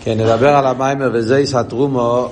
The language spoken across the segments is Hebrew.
כן, נדבר על המיימר וזייס התרומו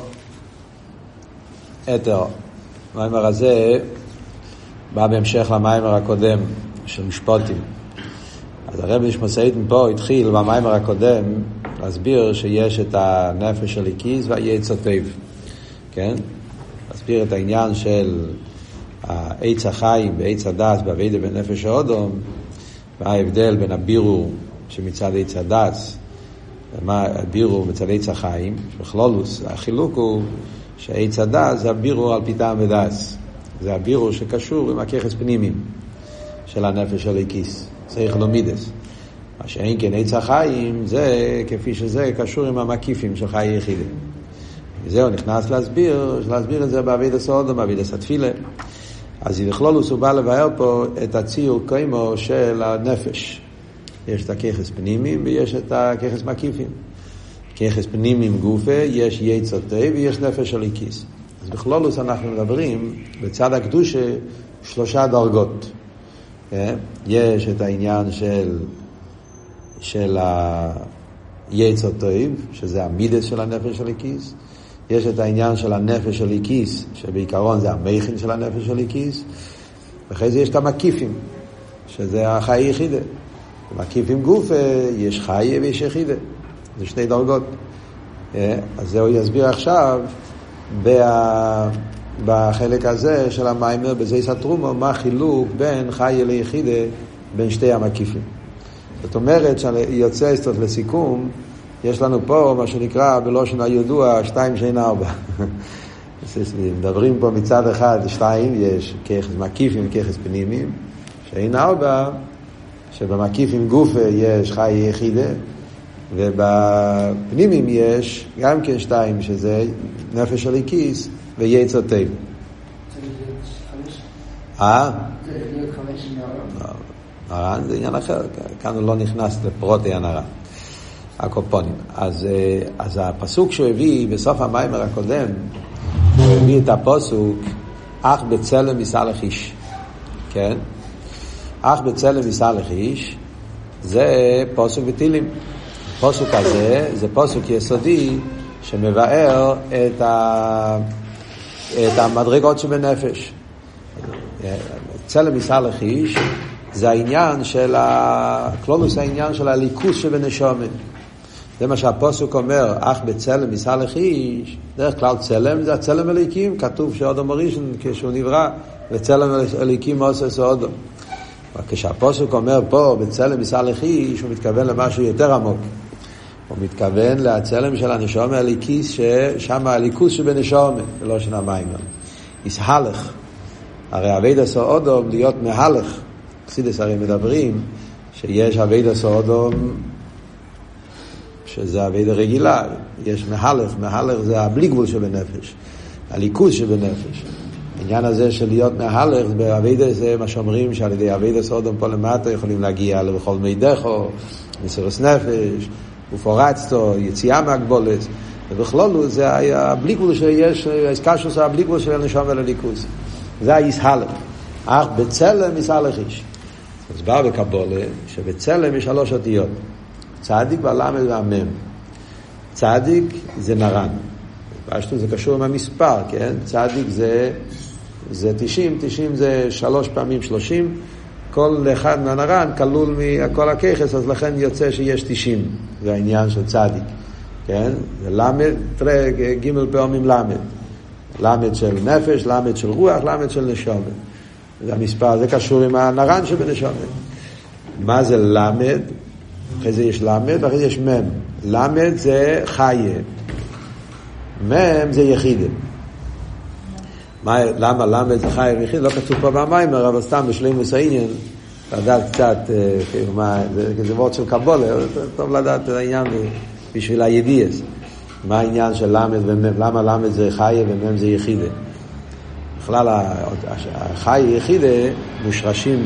אתר. המיימר הזה בא בהמשך למיימר הקודם של משפוטים. אז הרב נשמעאל מפה התחיל במיימר הקודם להסביר שיש את הנפש של הקיס והעץ הטוב. כן? להסביר את העניין של העץ החיים ועץ הדס בעבודה בנפש האודום, וההבדל בין הבירור שמצד עץ הדס ומה הבירור מצד עץ החיים, בכלולוס. החילוק הוא שהעץ הדס זה הבירור על פי טעם ודס. זה הבירור שקשור עם הכיחס פנימיים של הנפש של הקיס. צריך לומידס. מה שאין כן עץ החיים זה כפי שזה קשור עם המקיפים של חיי יחידים. וזהו נכנס להסביר את זה בעבודת סעודה, בעבודת התפילה. אז בכלולוס הוא בא לבאר פה את הציור קיימו של הנפש. יש את הכיחס פנימיים ויש את הכיחס מקיפים. כיחס פנימיים גופה, יש יצר טוב ויש נפש של הקיס. אז בכלולוס אנחנו מדברים בצד הקדושה 3 דרגות. יש את העניין של היצר טוב, שזה המידס של הנפש של הקיס. יש את העניין של הנפש של הקיס, שבעיקרון זה המכין של הנפש של הקיס. ואחרי זה יש את המקיפים, שזה החי יחידה. במקיפים גופה יש חי ויש יחידה. זה 2 דרגות. אז זהו יסביר עכשיו בחלק הזה של המיימר, בזייס התרומו, מה חילוק בין חי ליחידה בין 2 המקיפים. זאת אומרת שיוצא סטות לסיכום, יש לנו פה מה שנקרא בלושן הידוע 2 שאין 4. מדברים פה מצד אחד 2, יש כיחס מקיפים וכיחס פנימיים, שאין 4, שבמקיפים גופה יש חי יחידה, ובפנימיים יש גם כן 2, שזה נפש של הקיס ויצר טוב. זה להיות 5? זה להיות 5 מהר"ן? הר"ן זה עניין אחר, כאן הוא לא נכנס לפרוטי הנר"ן. הקופונים. אז הפסוק שהוא הביא בסוף המיימר הקודם, הוא הביא את הפסוק אך בצלם יסלח איש. כן? אך בצלם יסלח איש זה פסוק בתהילים. הפסוק הזה זה פסוק יסודי שמבאר את המדרגות שבנפש. צלם יסלח איש זה העניין של הכלולוס, העניין של הליכוס שבנשומת. זה מה שהפסוק אומר, אך בצלם יסלח איש. דרך כלל צלם זה הצלם הליקים, כתוב שאודום הראשון כשהוא נברא, וצלם הליקים עושה סעודו. כשהפסוק אומר פה בצלם יסלח איש, הוא מתכוון למשהו יותר עמוק. הוא מתכוון לצלם של הנשומת הליקיס, ששם הליכוס שבנשומת, ולא שנה מיימר. יסהלך. הרי עבודת סעודום להיות מהלך. חסידות הרי מדברים שיש עבודת סעודום שזה עבודה רגילה, יש מהלך זה הבלי גבול שבנפש, הליכוז שבנפש. העניין הזה של להיות מהלך בעבודה זה מה שאומרים שעל ידי עבודת סעודום פה למטה יכולים להגיע לבכל מידךו, מסירות נפש, ופורצתו, יציאה מהגבולת, ובכלול זה הבלי גבול שיש, העסקה שעושה הבלי גבול של הנשום ולליכוז. זה היסהלך. אך בצלם יסהלך איש. אז בא בקבולה שבצלם יש 3 אותיות. צדיק והלמד והמם. צדיק זה נרן. פשטו זה קשור עם המספר, כן? צדיק זה 90, 90 זה 3 פעמים 30. כל אחד מהנרן כלול מכל הכיחס, אז לכן יוצא שיש 90. זה העניין של צדיק. כן? זה למד, תראה, ג' פעמים למד. למד של נפש, למד של רוח, למד של נשומת. זה המספר, זה קשור עם הנרן שבנשומת. מה זה למד? אחרי זה יש למד, ואחרי זה יש מם. למד זה חיה. מם זה יחידה. למה למד זה חיה ויחידה? לא כתוב פה במיימר, אבל סתם בשלימוס העניין, לדעת קצת, זה וורד של קבולה, טוב לדעת את העניין בשביל הידיעס. מה העניין של למד ומם? למה למד זה חיה ומם זה יחידה? בכלל, החי יחידה מושרשים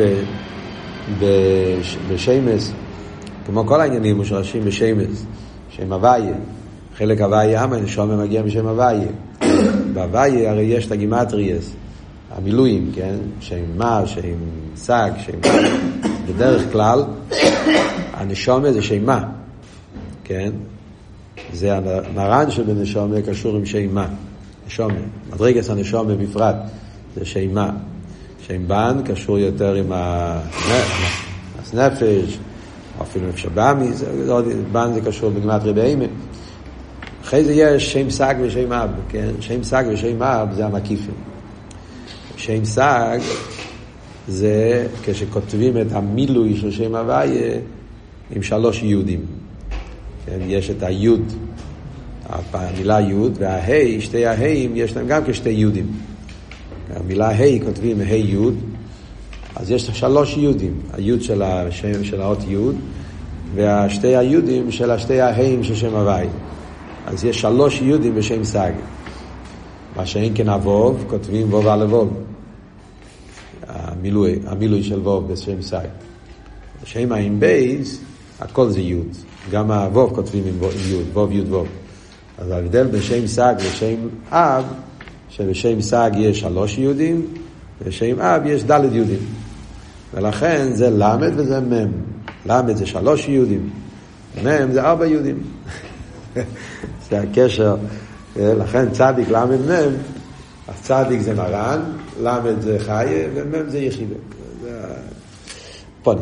בשמס, כמו כל העניינים מושרשים בשמס, שם הוויה. חלק הוויה אמן, שומם מגיע משם הוויה. בהוויה הרי יש את הגימטריאס, המילואים, כן? שם מה, שם סג, שם... בדרך כלל, הנשומה זה שם מה, כן? זה הנרן שבנשומה קשור עם שימה, נשומה, מדרגת הנשומה בפרט, זה שימה. שם בן קשור יותר עם הנפש, אפילו שבאמי, בן זה קשור בגמטריה בהמה. אחרי זה יש שם סג ושם אב, כן? שם סג ושם אב זה המקיפים. שם סג זה כשכותבים את המילוי של שם הוויה עם 3 יהודים. כן? יש את היוד, המילה יוד, וההי, שתי ההיים יש להם גם כשתי יהודים. המילה ה' כותבים ה' יוד, אז יש 3 יהודים, היוד של השם של האות יוד, והשתי היהודים של השתי ההיים של שם הוואי. אז יש 3 יהודים בשם סג. מה שאין כן הווב, כותבים ווב על ווב. המילוי של ווב בשם סג. בשם האים בייס, הכל זה יוד. גם הווב כותבים עם יוד, ווב יוד ווב. אז ההבדל בשם סג ושם אב, שבשם סג יש 3 יהודים, ובשם אב יש ד' יהודים. ולכן זה למד וזה מם. למד זה 3 יהודים, מם זה 4 יהודים. זה הקשר. לכן צדיק למד מם, אז צדיק זה מרן, למד זה חיה, ומם זה יחידה. זה פונים.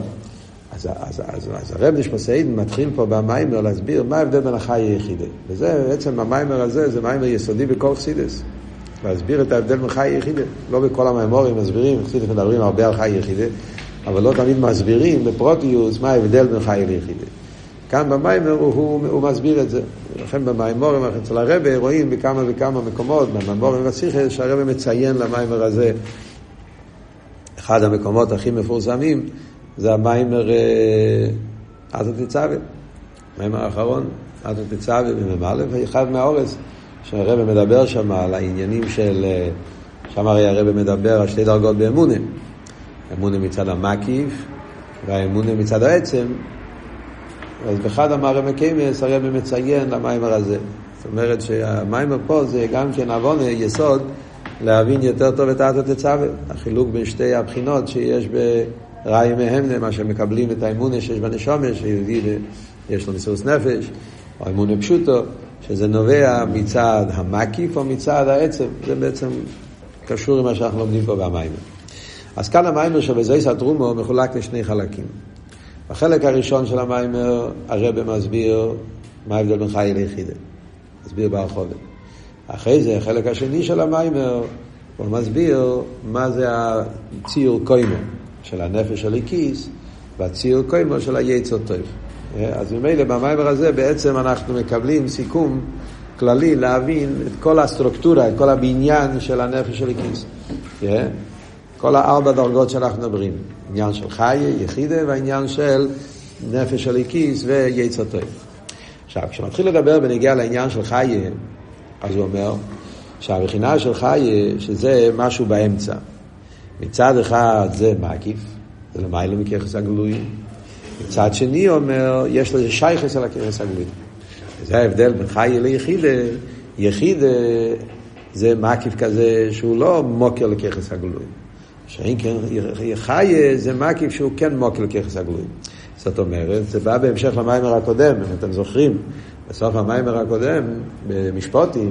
אז הרב נשמע מתחיל פה במיימר להסביר מה ההבדל בין החיה יחידה. וזה בעצם המיימר הזה, זה מיימר יסודי בכל חסידות. להסביר את ההבדל בין חי יחידה. לא בכל המאמרים מסבירים, חסידות מדברים הרבה על חי יחידה, אבל לא תמיד מסבירים בפרוטיוס מה ההבדל בין חי ליחידה. כאן במיימר הוא מסביר את זה. לכן במיימורים אצל הרב רואים בכמה וכמה מקומות, במיימורים בשיחה, שהרב מציין למיימר הזה. אחד המקומות הכי מפורסמים זה המיימר עד התצווה. המיימר האחרון, עד התצווה בממלא, ואחד מהאורס. שהרבא מדבר שם על העניינים של, שם הרי הרבא מדבר על 2 דרגות באמונה. אמונה מצד המקיף, והאמונה מצד העצם. אז באחד המאמרי קיימס הרבא מציין למיימר הזה. זאת אומרת שהמיימר פה זה גם כן עוונה יסוד להבין יותר טוב את עד התצווה. החילוק בין 2 הבחינות שיש בראי מהמנה, מה שמקבלים את האמונה שיש בנשומה, שיהודי יש לו מסירות נפש, או אמונה פשוטו. שזה נובע מצד המקיף או מצד העצם. זה בעצם קשור עם מה שאנחנו לומדים פה במיימר. אז כאן המיימר שבזייס התרומו מחולק ל2 חלקים. בחלק הראשון של המיימר הרב מסביר מה ההבדל בין חי ליחידה. מסביר בהרחבה. אחרי זה החלק השני של המיימר הוא מסביר מה זה הציור קוימו של הנפש הליקיס והציור קוימו של היצר טוב. אז ממילא במיימר הזה בעצם אנחנו מקבלים סיכום כללי להבין את כל הסטרוקטורה, את כל הבניין של הנפש של הכיס. כל 4 דרגות שאנחנו מדברים. עניין של חיה, יחידה, והעניין של נפש של הכיס ויצר טוב. עכשיו, כשמתחיל לדבר בנגיע לעניין של חיה, אז הוא אומר שהבחינה של חיה, שזה משהו באמצע. מצד אחד זה מקיף, זה למיילו מכיחס הגלויים. מצד שני אומר, יש לזה שייכס על הכיחס הגלויים. זה ההבדל בין חיה ליחידה. יחידה זה מקיף כזה שהוא לא מוקר לכיחס הגלויים. שאין כן, חיה זה מקיף שהוא כן מוקר לכיחס הגלויים. זאת אומרת, זה בא בהמשך למיימר הקודם, אם אתם זוכרים, בסוף המיימר הקודם, במשפטים,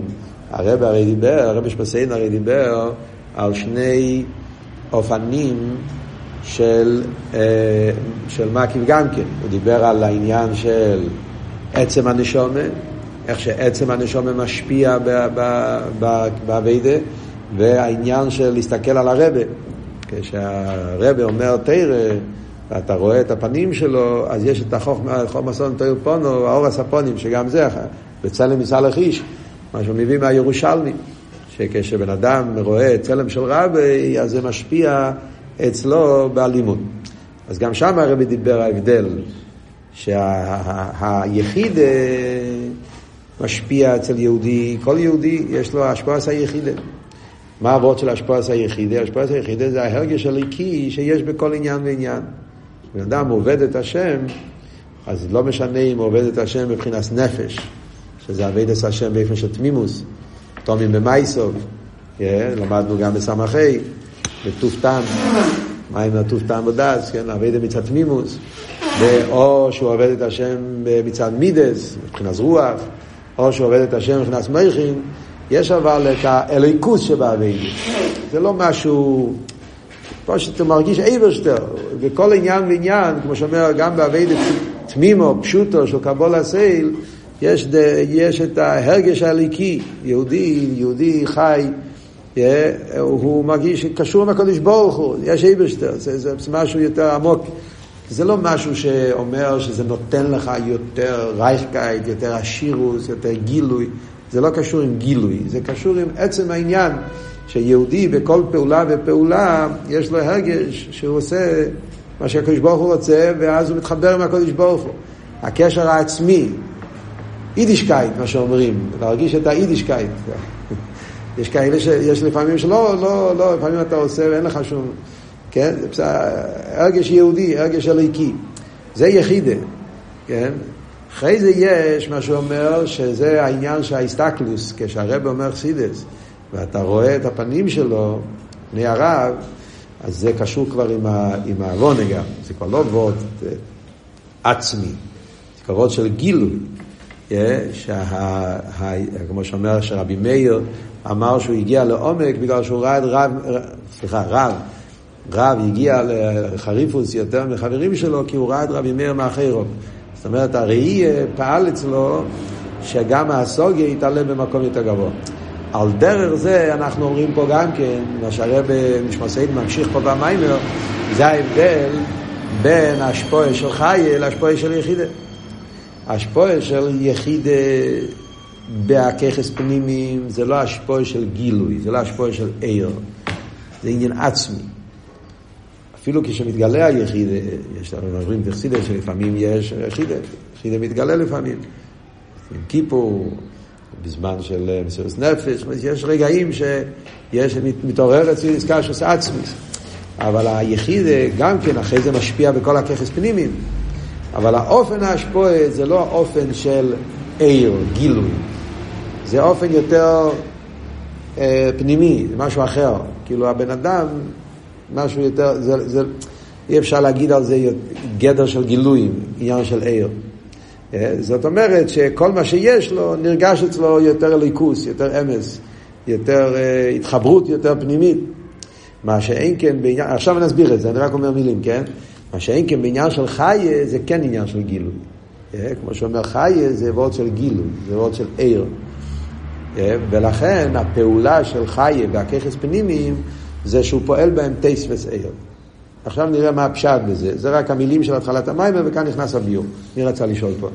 הרב משפסיין הרי דיבר על 2 אופנים של מקיף גם כן. הוא דיבר על העניין של עצם הנשומה, איך שעצם הנשומה משפיע בעבודה, והעניין של להסתכל על הרב. כשהרב אומר תראה, ואתה רואה את הפנים שלו, אז יש את החומסון תויר פונו, האור הספונים, שגם זה בצלם מסלח איש, מה שהוא מביא מהירושלמים, שכשבן אדם רואה צלם של רבי, אז זה משפיע אצלו באלימות. אז גם שם הרבי דיבר ההבדל, שהיחיד משפיע אצל יהודי, כל יהודי יש לו השפעת היחידה. מה העבוד של השפעת היחידה? השפעת היחידה זה ההרגש הליקי שיש בכל עניין ועניין. בן אדם עובד את השם, אז לא משנה אם עובד את השם מבחינת נפש, שזה עובד את השם באופן של תמימוס, תומים במייסוב, למדנו גם בסמכי, בטוף טעם, מים הטוף טעם בדס, עובד מצד תמימוס, או שהוא עובד את השם מצד מידס, מבחינת רוח, או שעובד את השם מבחינת מויכין, יש אבל את האלוהיקוס שבאביידה. זה לא משהו, פה שאתה מרגיש איברשטר, וכל עניין ועניין, כמו שאומר, גם באביידה תמימו, פשוטו, של קבול הסייל, יש את ההרגש האליקי, יהודי חי, הוא מרגיש קשור עם הקדוש ברוך הוא, יש איברשטר, זה משהו יותר עמוק. זה לא משהו שאומר שזה נותן לך יותר רייכקייט, יותר עשירוס, יותר גילוי. זה לא קשור עם גילוי, זה קשור עם עצם העניין שיהודי בכל פעולה ופעולה יש לו הרגש שהוא עושה מה שהקדוש ברוך הוא רוצה, ואז הוא מתחבר עם הקדוש ברוך הוא. הקשר העצמי, יידישקייט, מה שאומרים, להרגיש את היידישקייט. יש כאלה שיש לפעמים שלא, לא, לפעמים אתה עושה ואין לך שום, כן? זה הרגש יהודי, הרגש אליקי. זה יחידה, כן? אחרי זה יש מה שאומר שזה העניין של ההסתכלוס, כשהרב אומר חסידס, ואתה רואה את הפנים שלו, פני הרב, אז זה קשור כבר עם העוונה גם. זה כבר לא ווד עצמי, זה כבר ווד של גילוי. כמו שאומר שרבי מאיר אמר שהוא הגיע לעומק בגלל שהוא ראה את רב הגיע לחריפוס יותר מחברים שלו, כי הוא ראה את רבי מאיר מאחרו. זאת אומרת, הראי פעל אצלו שגם הסוגיה יתעלה במקום יותר גבוה. על דרך זה אנחנו אומרים פה גם כן, מה שהרב משמעית ממשיך פה במיימר, זה ההבדל בין השפועה של חיה להשפועה של יחידה. השפועה של יחידה בהכחס פנימיים זה לא השפועה של גילוי, זה לא השפועה של עיר, זה עניין עצמי. אפילו כשמתגלה היחידה, יש לנו אומרים בחסידה שלפעמים יש יחידה מתגלה לפעמים. עם כיפור, בזמן של מסירות נפש, יש רגעים שיש מתעורר אצלי עסקה שעושה עצמי. אבל היחידה גם כן אחרי זה משפיע בכל הכחס פנימיים. אבל האופן ההשפועה זה לא אופן של עיר, גילוי. זה אופן יותר פנימי, זה משהו אחר. כאילו הבן אדם, משהו יותר, אי אפשר להגיד על זה גדר של גילויים, עניין של עיר. זאת אומרת שכל מה שיש לו נרגש אצלו יותר ליקוס, יותר אמס, יותר התחברות, יותר פנימית. מה שאין כן בעניין, עכשיו נסביר את זה, אני רק אומר מילים, כן? מה שאין כן בעניין של חיה זה כן עניין של גילוי. כמו שאומר חיה זה וורט של גילוי, זה וורט של עיר. ולכן הפעולה של חיה והכחס פנימיים זה שהוא פועל בהם טייס וסעיר. עכשיו נראה מה הפשט בזה. זה רק המילים של התחלת המים, וכאן נכנס הביור. מי רצה לשאול פה?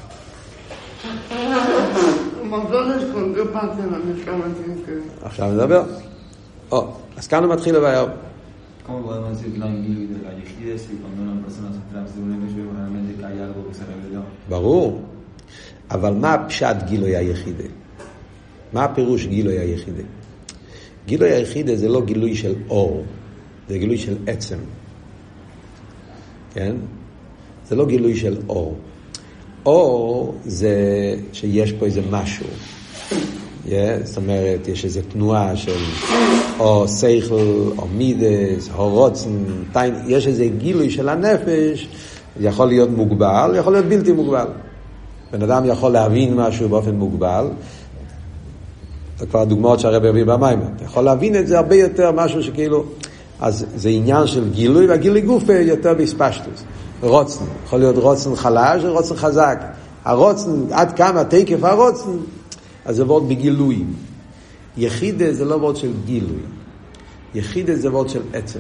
עכשיו נדבר. אז כאן הוא מתחיל לבאר. ¿Cómo podemos decir la gilui de la yejide si cuando una persona se trata de un nefesh ve realmente que hay algo que se reveló? ברור. אבל מה הפשט גילוי היחידה? מה הפירוש גילוי היחידה? גילוי היחידה זה לא גילוי של אור, זה גילוי של עצם. כן? זה לא גילוי של אור. אור זה שיש פה איזה משהו. זאת אומרת, יש איזו תנועה של או שכל, או מידס, או רוצן, יש איזה גילוי של הנפש, יכול להיות מוגבל, יכול להיות בלתי מוגבל. בן אדם יכול להבין משהו באופן מוגבל, זה כבר דוגמאות שהרב הביא במים, אתה יכול להבין את זה הרבה יותר משהו שכאילו, אז זה עניין של גילוי, והגילוי גוף יותר בספשטוס. רוצן, יכול להיות רוצן חלש או רוצן חזק. הרוצן, עד כמה תקף הרוצן, אז זה וורט בגילויים. יחידה זה לא וורט של גילוי. יחידה זה וורט של עצם.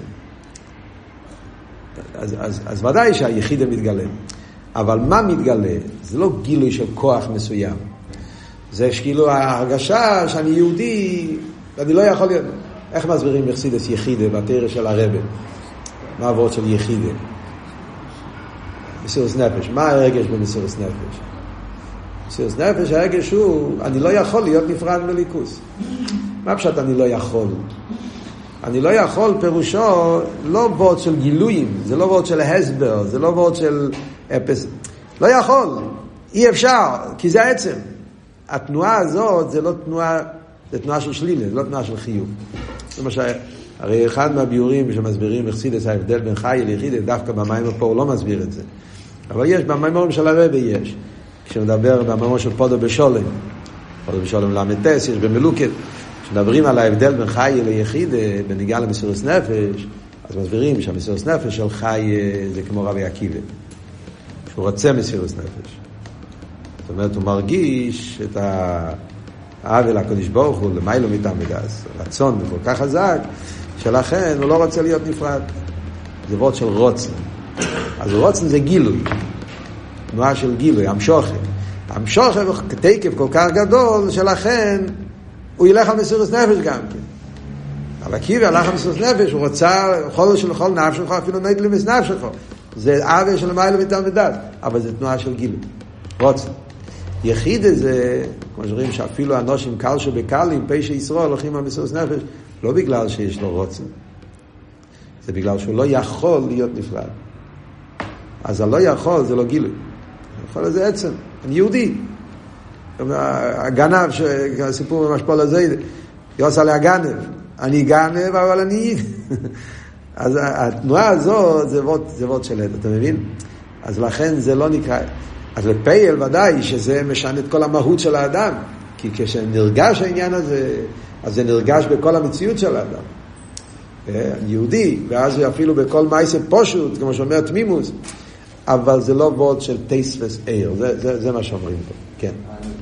אז ודאי שהיחידה מתגלה. אבל מה מתגלה? זה לא גילוי של כוח מסוים. זה כאילו ההרגשה שאני יהודי, ואני לא יכול להיות. איך מסבירים יחסידס יחידה בתורה של הרב? מה הוורט של יחידה? מסירות נפש. מה הרגש במסירות נפש? מסירות נפש, הרגש הוא, אני לא יכול להיות נפרד מליכוס. מה פשוט אני לא יכול? אני לא יכול פירושו לא וורט של גילויים, זה לא וורט של הסבר, זה לא וורט של אפס. לא יכול, אי אפשר, כי זה העצם. התנועה הזאת זה לא תנועה, זה תנועה של שלילה, זה לא תנועה של חיוב. למשל, הרי אחד מהביורים שמסבירים בחסידות ההבדל בין חי ליחיד, דווקא במים פה הוא לא מסביר את זה. אבל יש, במים של הרבי יש. כשמדבר במאמר של פודו בשולם, פודו בשולם למתס, יש במלוקת, כשמדברים על ההבדל בין חי ליחיד, בניגע למסירות נפש, אז מסבירים שהמסירות נפש של חי זה כמו רבי עקיבא, שהוא רוצה מסירות נפש. זאת אומרת, הוא מרגיש את העוול הקדוש ברוך הוא למיילו מתעמדס, רצון כל כך חזק, שלכן הוא לא רוצה להיות נפרד. זה וורט של רוצן. אז רוצן זה גילוי, תנועה של גילוי, המשוכר. המשוכר הוא תקף כל כך גדול, שלכן הוא ילך על מסירות נפש גם כן. אבל עקיבא הלך על מסירות נפש, הוא רוצה חול של כל נפש שלך, אפילו נית למס נפש שלך. זה עוול של מיילו מתעמדס, אבל זה תנועה של גילוי, רוצן. יחיד זה, כמו שרואים שאפילו אנושים קל שבקלים, פשע ישראל, הולכים על מסירות נפש, לא בגלל שיש לו רוצן. זה בגלל שהוא לא יכול להיות נפרד. אז הלא יכול זה לא גילוי. יכול זה עצם. אני יהודי. הגנב, הסיפור במשפול הזה, יוסה להגנב. אני גנב, אבל אני... אז התנועה הזו זה וורט של עד, אתה מבין? אז לכן זה לא נקרא... אז לפייל ודאי שזה משנה את כל המהות של האדם. כי כשנרגש העניין הזה, אז זה נרגש בכל המציאות של האדם. יהודי, ואז אפילו בכל מייסה פושוט, כמו שאומר תמימוס, אבל זה לא וורט של טייספס איר, זה מה שאומרים פה, כן.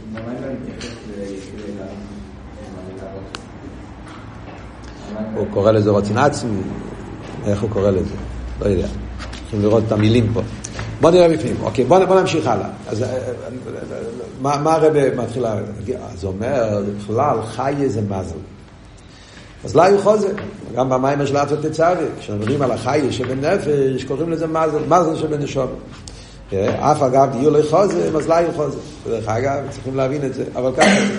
הוא קורא לזה רוצן עצמי, איך הוא קורא לזה? לא יודע, צריכים לראות את המילים פה. בוא נראה בפנים, אוקיי, בוא נמשיך הלאה. אז מה הרב מתחיל להגיד? אז הוא אומר, בכלל, חי איזה מזל. אז לא היו חוזה, גם במים השלט ותצאווה, כשאומרים על החי שבנפש, קוראים לזה מזל, מזל שבנשום. אף אגב דיור לי חוזה, אז לא היו חוזה. דרך אגב, צריכים להבין את זה, אבל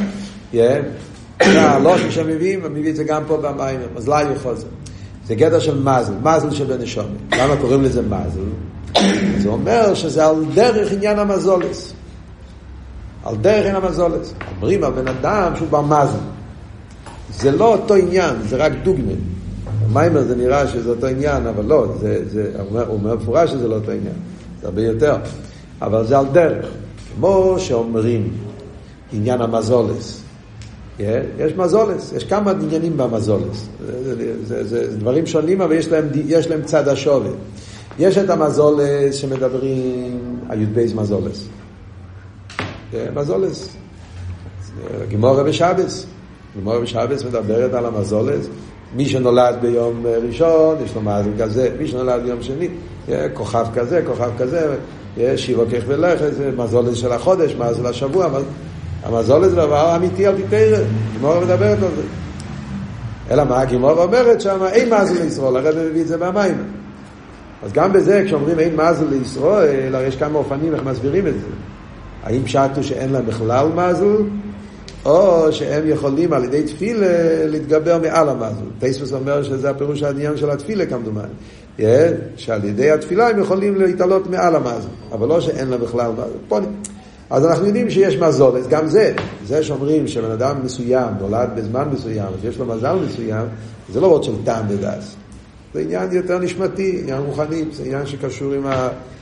ככה, לא שמביאים, מביא את זה גם פה במים, אז לא היו חוזה. זה גדר של מזל, מזל שבנשום. למה קוראים לזה מזל? זה אומר שזה על דרך עניין המזולס. על דרך עניין המזולס. אומרים על בן אדם שהוא במזל. זה לא אותו עניין, זה רק דוגמה. המיימר זה נראה שזה אותו עניין, אבל לא, הוא אומר מפורש שזה לא אותו עניין. זה הרבה יותר. אבל זה על דרך. כמו שאומרים עניין המזולס. יש מזולס, יש כמה עניינים במזולס. זה דברים שונים, אבל יש להם צד השווה. יש את המזולס שמדברים היוד בייז מזולס. מזולס. גמורה בשבס. גמורה בשבס מדברת על המזולס. מי שנולד ביום ראשון, יש לו מזל כזה. מי שנולד ביום שני, כוכב כזה, כוכב כזה. שיבוקך ולך, זה מזולס של החודש, מזל השבוע. המזולס זה דבר אמיתי על תיתר. גמורה מדברת על זה. אלא מה? גמורה אומרת שם, אין מזל לישראל. הרב מביא את זה במים. אז גם בזה, כשאומרים אין מזל לישראל, יש כמה אופנים איך מסבירים את זה. האם פשטו שאין להם בכלל מזל, או שהם יכולים על ידי תפילה להתגבר מעל המזל. תייספוס אומר שזה הפירוש העניין של התפילה כמדומה. שעל ידי התפילה הם יכולים להתעלות מעל המזל, אבל לא שאין להם בכלל מזל. אז אנחנו יודעים שיש מזל, אז גם זה שאומרים שבן אדם מסוים נולד בזמן מסוים, שיש לו מזל מסוים, זה לא עוד של טעם ודס. זה עניין יותר נשמתי, עניין רוחני, זה עניין שקשור עם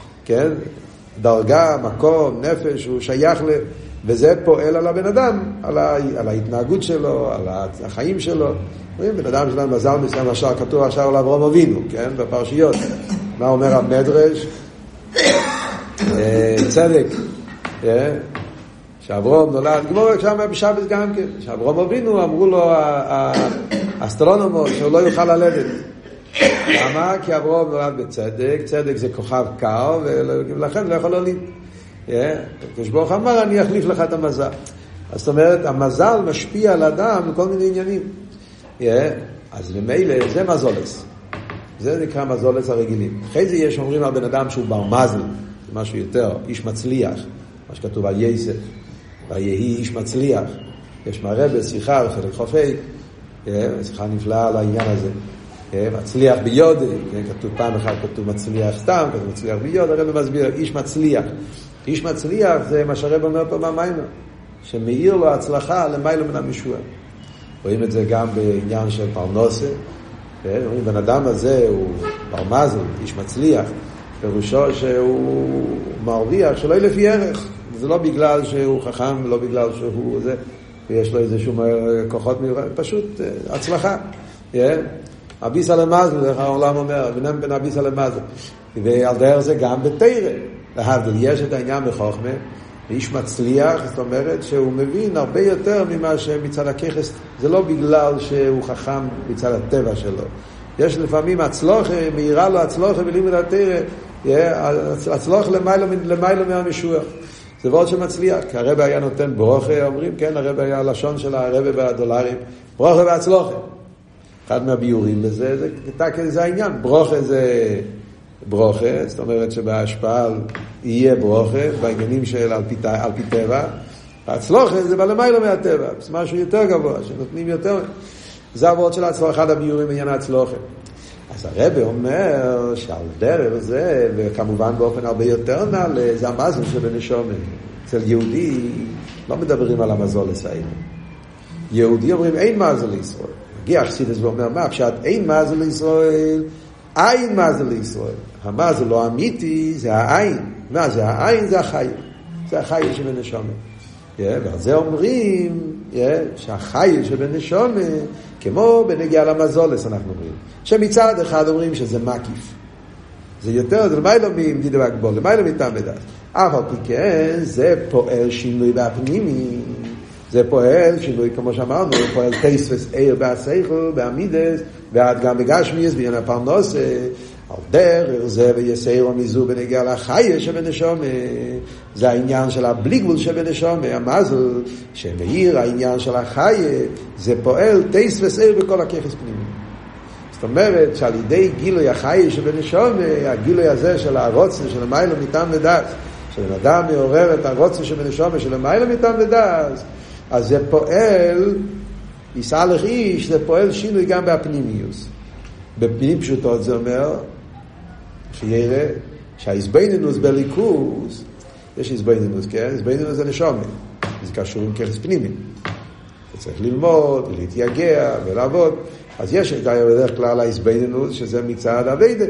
דרגה, מקום, נפש, הוא שייך וזה פועל על הבן אדם, על ההתנהגות שלו, על החיים שלו. בן אדם שלנו מזל מסוים, עכשיו כתוב עכשיו על אברהם אבינו, כן, בפרשיות. מה אומר המדרש? צדק, שאברהם נולד, כמו שם בשבס גם כן, שאברהם אבינו אמרו לו האסטרונומות שהוא לא יוכל ללדת. למה? כי אברהם נולד בצדק, צדק זה כוכב קר, ולכן לא יכול להוליד. כשברוך אמר, אני אחליף לך את המזל. אז זאת אומרת, המזל משפיע על האדם בכל מיני עניינים. אז במילא, זה מזולס. זה נקרא מזולס הרגילים. אחרי זה יש אומרים על בן אדם שהוא בר מזל, זה משהו יותר, איש מצליח, מה שכתוב על יסף, ויהי איש מצליח. יש מרבה, שיחה, חלק חופי, שיחה נפלאה על העניין הזה. מצליח ביודה, כתוב פעם אחת, כתוב מצליח סתם, כתוב מצליח ביודה, הרב מסביר, איש מצליח. איש מצליח זה מה שהרב אומר פה במיימר, שמאיר לו הצלחה למיילו מן המשוע. רואים את זה גם בעניין של פרנסה, רואים בן אדם הזה הוא בר מזל, איש מצליח, פירושו שהוא מרוויח שלא לפי ערך, זה לא בגלל שהוא חכם, לא בגלל שהוא זה, יש לו איזשהו כוחות מיוחדים, פשוט הצלחה. אביסה למזל, איך העולם אומר, בינם בין אביסה למזל. ועל דרך זה גם בתורה. להבדיל, יש את העניין בחוכמה, ואיש מצליח, זאת אומרת שהוא מבין הרבה יותר ממה שמצד הככס, זה לא בגלל שהוא חכם מצד הטבע שלו. יש לפעמים הצלוחה, מהירה לו הצלוחה בלימוד התורה, הצלוחה למיילו מהמשוח. זה ועוד שמצליח, כי הרב היה נותן ברוכה, אומרים, כן, הרב היה לשון של הרב והדולרים, ברוכה והצלוחה. אחד מהביורים בזה, זה העניין, ברוכה זה ברוכה, זאת אומרת שבהשפעה יהיה ברוכה, בעניינים של על פי טבע, הצלוחה זה בלמיילו מהטבע, זה משהו יותר גבוה, שנותנים יותר, זה העבוד של הצלוחה, אחד הביורים בעניין הצלוחה. אז הרב אומר שעל דרך זה, וכמובן באופן הרבה יותר נעלה, זה המזל שבנשומה. אצל יהודי לא מדברים על המזל לסייל. יהודי אומרים אין מזל לישראל. הגיע חסידס ואומר מה, פשט אין מזל לישראל, אין מזל לישראל. המזל לא אמיתי, זה העין. מה זה העין? זה החי. זה החי שבנשומה. ועל זה אומרים שהחי שבנשומה, כמו בנגיע למזולס אנחנו אומרים, שמצד אחד אומרים שזה מקיף. זה יותר, זה למיילו מדידה והגבול, למיילו מטעם ודעת. אף על פי כן, זה פועל שינוי בפנימי. זה פועל שינוי, כמו שאמרנו, פועל תספס עיר בהשכל, בעמידס, ועד גם בגשמיס, בעניין הפרנוסה, על דרך זה ויסיירו מזו בנגיע לחיה שבנשומה. זה העניין של הבלי גבול שבנשומה, המזל שמאיר העניין של החיה, זה פועל תייס וסעיר בכל הכיחס פנימי. זאת אומרת שעל ידי גילוי החיה שבנשומה, הגילוי הזה של הרוצן של המיילו מטעם ודעת, של אדם מעורר את הרוצן שבנשומה של המיילו מטעם ודעת, אז זה פועל, יסהלך איש, זה פועל שינוי גם בהפנימיוס. בפנים פשוטות זה אומר שיראה שהאיזבנינוס בליכוס, יש איזבנינוס, כן? איזבנינוס זה נשומה, זה קשור עם ככס פנימי. צריך ללמוד, להתייגע ולעבוד. אז יש בדרך כלל האיזבנינוס, שזה מצד הווידה.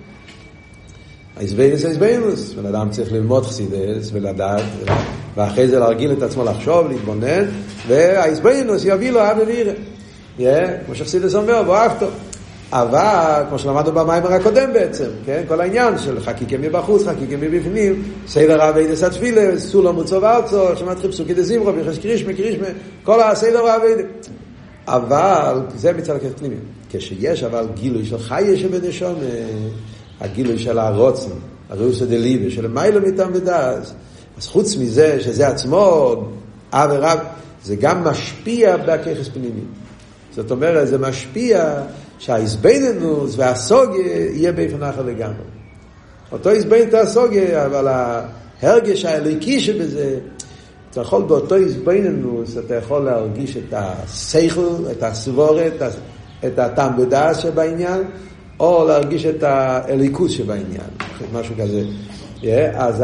האיזבנינוס זה איזבנינוס, בן אדם צריך ללמוד חסידס ולדעת, ואחרי זה להרגיל את עצמו לחשוב, להתבונן, והאיזבנינוס יביא לו אבא ויראה. כמו שחסידס אומר, ואהבתו. אבל, כמו שלמדנו במיימר הקודם בעצם, כן? כל העניין של חקיקה מבחוץ, חקיקה מבפנים, סדר העבודת התפילה, סולם וצוב ארצו, שמתחיל פסוקי דזמרו, ביחס קרישמה, כל הסדר העבודת. אבל, זה מצד הכת פנימי. כשיש אבל גילוי של חיה שבנשומה, הגילוי של הרוצן, הראוס הדליבה, של מיילו מטעם ודעת, אז חוץ מזה, שזה עצמו, אב ורב, זה גם משפיע בככס פנימי. זאת אומרת, זה משפיע שהאיזבנינוס והסוגיה יהיה באופן אחר לגמרי. אותו איזבנינוס והסוגיה, אבל ההרגש האלוקי שבזה, אתה יכול באותו איזבנינוס, אתה יכול להרגיש את השכל, את הסבורת, את הטעם בדעת שבעניין, או להרגיש את האליקוס שבעניין, משהו כזה. אז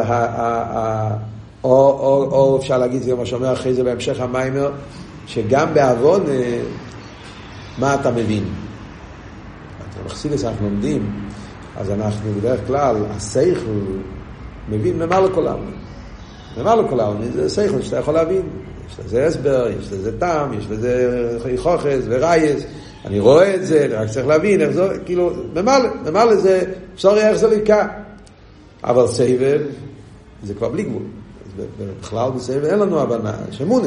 או אפשר להגיד, זה מה שאומר אחרי זה בהמשך המיימר, שגם בעוון, מה אתה מבין? בחסידות אנחנו לומדים, אז אנחנו בדרך כלל, השכל מבין ממה לכל העולם. ממה לכל העולם, זה שכל שאתה יכול להבין. יש לזה הסבר, יש לזה טעם, יש לזה חוכס ורייס. אני רואה את זה, רק צריך להבין איך זה, כאילו, ממה לזה, אפשר איך זה לקה. אבל סבב, זה כבר בלי גבול. בכלל בסבב אין לנו הבנה, שמונה.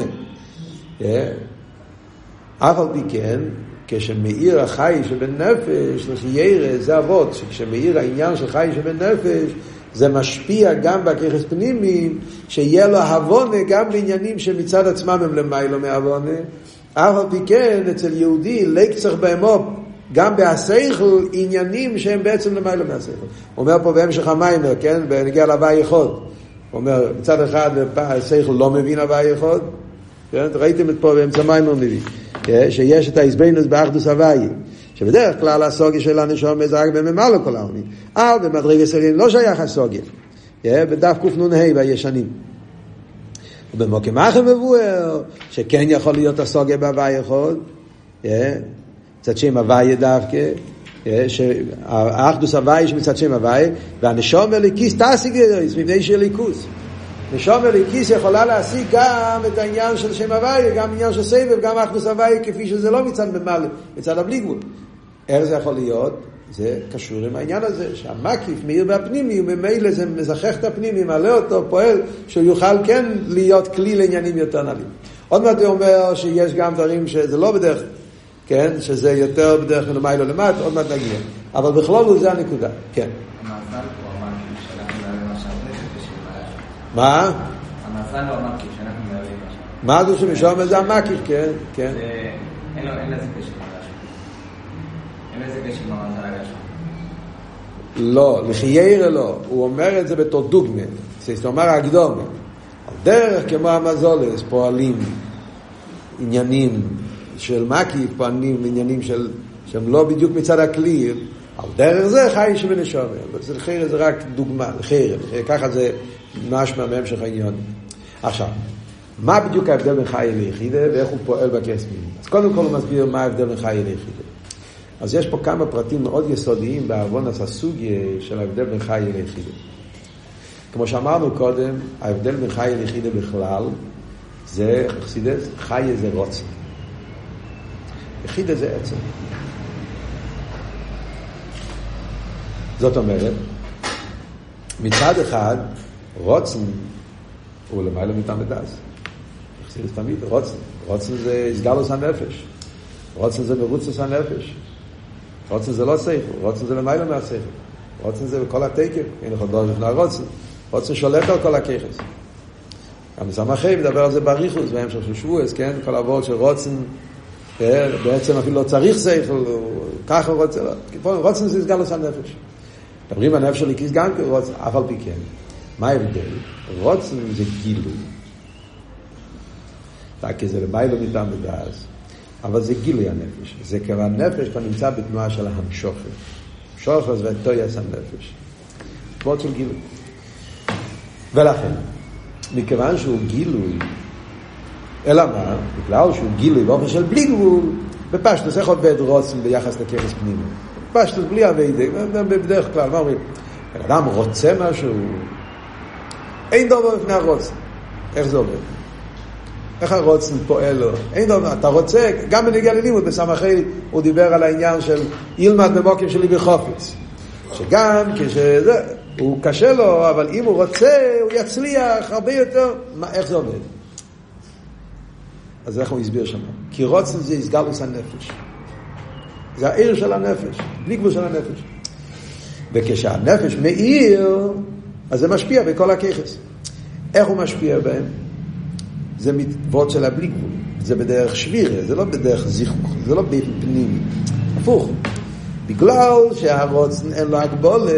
אף על פי כן, כשמאיר החי שבנפש, לשירה, זה אבות, שכשמאיר העניין של חי שבנפש, זה משפיע גם בככס פנימי, שיהיה לו הבונה גם בעניינים שמצד עצמם הם למיילו מהבונה. אף על פי כן, אצל יהודי, לקצח בהמו, גם בהשכל, עניינים שהם בעצם למיילו מהשכל. הוא אומר פה בהמשך המיימר, כן? בנגיע להווי אחד. הוא אומר, מצד אחד, השכל לא מבין הווי אחד. כן? ראיתם את פה באמצע המיימר מביא. שיש את האיזבנינוס באחדוס הווי. שבדרך כלל הסוגיה של הנשמה זה רק בממלא כל העולמים. אבל במדרגה סגלים לא שייך הסוגיה. בדף קנ"ה בישנים. ובמוקם אחר מבואר, שכן יכול להיות הסוגיה בהווי אחד. מצד שם הווי דווקא. האחדוס הווי שמצד שם הווי, והנשמה ליקיס תעשי גרס, מבני של ליכוס. נשום הליקיס יכולה להשיג גם את העניין של שם הוואי, גם עניין של סבב, גם אחדוס הוואי, כפי שזה לא מצד ממלא, מצד הבלי גבול. איך זה יכול להיות? זה קשור עם העניין הזה, שהמקיף מאיר בהפנימי, וממילא זה מזכח את הפנימי, מעלה אותו, פועל, שהוא יוכל כן להיות כלי לעניינים יותר נעלים. עוד מעט הוא אומר שיש גם דברים שזה לא בדרך, כן? שזה יותר בדרך מלמעלה למטה, עוד מעט נגיע. אבל בכלול זה הנקודה, כן. המאזל הוא המקיף שאנחנו נעלה מה שעבד, מה? המאזל הוא המקיף שאנחנו נעלה מה שעבד. מה זה שמשום זה המקיף, כן, כן. אין לזה קשר. אין לזה קשר במאזל הגשם. לא, לחיירה לא. הוא אומר את זה בתור דוגמה. זאת אומרת, הקדומה. על דרך כמו המזולס פועלים עניינים של מקיף, פועלים עניינים שהם לא בדיוק מצד הכלי. על דרך זה חי שבנשומר. לחיירה זה רק דוגמה. לחיירה. ככה זה משמע מהמשך העניין. עכשיו, מה בדיוק ההבדל בין חי ליחידה ואיך הוא פועל בקסמים? אז קודם כל הוא מסביר מה ההבדל בין חי ליחידה. אז יש פה כמה פרטים מאוד יסודיים בעוונס הסוגיה של ההבדל בין חי ליחידה. כמו שאמרנו קודם, ההבדל בין חי ליחידה בכלל זה חי זה רוצן. יחידה זה עצם. זאת אומרת, מצד אחד רוצן הוא למעלה מטעם ודס. יחסידס תמיד רוצן זה הסגלוס הנפש. רוצן זה מרוצוס הנפש. רוצן זה לא שכל, רוצן זה למעלה מהשכל. רוצן זה בכל התקף, אין לך דור לפני הרוצן. רוצן שולט על כל הכיחס. גם סמכי מדבר על זה בריחוס, בהמשך של שבועס, כן? כל העבוד של רוצן, בעצם אפילו לא צריך שכל, ככה רוצן, רוצן זה הסגלוס הנפש. מדברים על הנפש של ליקיס גם כרוצן, אף על פי כן. מה ההבדל? רוצן זה גילוי. כי זה למעלה מטעם ודס. אבל זה גילוי הנפש. זה כבר הנפש כבר נמצא בתנועה של המשוכר. שוכר זה תויס הנפש. תנועות של גילוי. ולכן, מכיוון שהוא גילוי, אלא מה? בגלל שהוא גילוי באופן של בלי גבול, בפשטוס, איך עובד רוצן ביחס לכרס פנימי? בפשטוס, בלי עבדי, בדרך כלל, מה אומרים? אדם רוצה משהו, אין דבר בפני הרוצן. איך זה עובד? איך הרוצן פועל לו? אין דבר, אתה רוצה, גם בנגיע ללימוד, בסמכי הוא דיבר על העניין של ילמד במוקים שלי בחופץ. שגם כשזה, הוא קשה לו, אבל אם הוא רוצה, הוא יצליח הרבה יותר. איך זה עובד? אז איך הוא הסביר שם? כי רוצן זה הסגלוס הנפש. זה העיר של הנפש, בלי גבול של הנפש. וכשהנפש מאיר, אז זה משפיע בכל הכיחס. איך הוא משפיע בהם? זה מתוות של הבלי גבול. זה בדרך שבירה, זה לא בדרך זיכוך, זה לא בפנים. הפוך. בגלל שהרוצן אין לו הגבולת,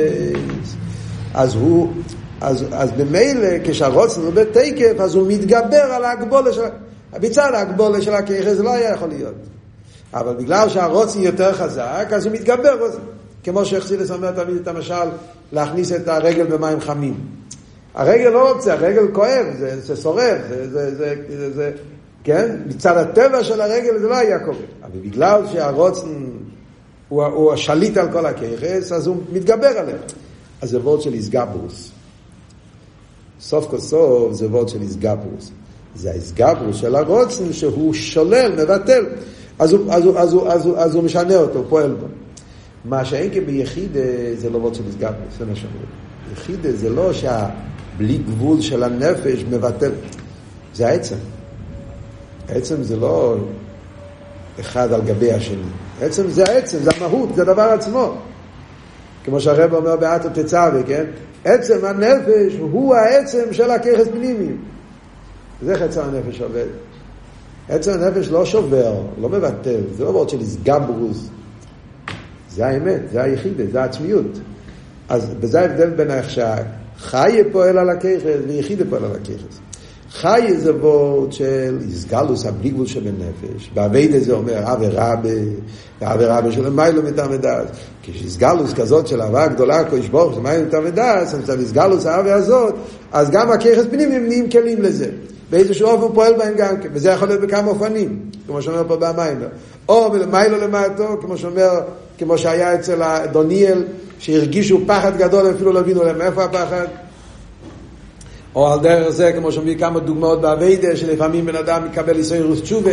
אז במילא כשהרוצן הוא בתקף, אז הוא מתגבר על ההגבולת של... בצד ההגבולת של הכיחס זה לא היה יכול להיות. אבל בגלל שהרוצן יותר חזק, אז הוא מתגבר. כמו שחסידס אומר תמיד את המשל, להכניס את הרגל במים חמים. הרגל לא רוצה, הרגל כואב, זה שורף, זה, כן? מצד הטבע של הרגל זה לא היה קורה. אבל בגלל שהרוצן הוא השליט על כל הכיחס, אז הוא מתגבר עליהם. אז זה וורד של איסגברוס. סוף כל סוף זה וורד של איסגברוס. זה האיסגברוס של הרוצן שהוא שולל, מבטל. אז הוא משנה אותו, פועל בו. מה שאין כביחיד זה לא וורד של איסגברוס, זה מה שאומרים. יחיד זה לא שהבלי גבול של הנפש מבטל. זה העצם. העצם זה לא אחד על גבי השני. עצם זה העצם, זה המהות, זה הדבר עצמו. כמו שהרב אומר באתו תצווה, כן? עצם הנפש הוא העצם של הכיחס פנימי. זה עצם הנפש עובד. עצם הנפש לא שובר, לא מבטל, זה לא בעוד של איסגברוס. זה האמת, זה היחיד, זה העצמיות. אז בזה ההבדל בין איך שהחי פועל על הכיחס ויחיד פועל על הכיחס. חי זה וורד של איסגלוס הבלי גבול שבנפש. בעבד זה אומר אבי רבי של מיילו מטעם ודס. כשאיסגלוס כזאת של אהבה גדולה קודש ברוך של מיילו מטעם ודס, אז איסגלוס האהבה הזאת, אז גם הכיחס פנימיים נהיים כלים לזה. באיזשהו אופן הוא פועל בהם גם כן, וזה יכול להיות בכמה אופנים, כמו שאומר פה במים. או מיילו למטו, כמו שהיה אצל דוניאל, שהרגישו פחד גדול, אפילו לא הבינו להם איפה הפחד. או על דרך זה, כמו שאומרים כמה דוגמאות בעבודה, שלפעמים בן אדם מקבל איסורוס תשובה,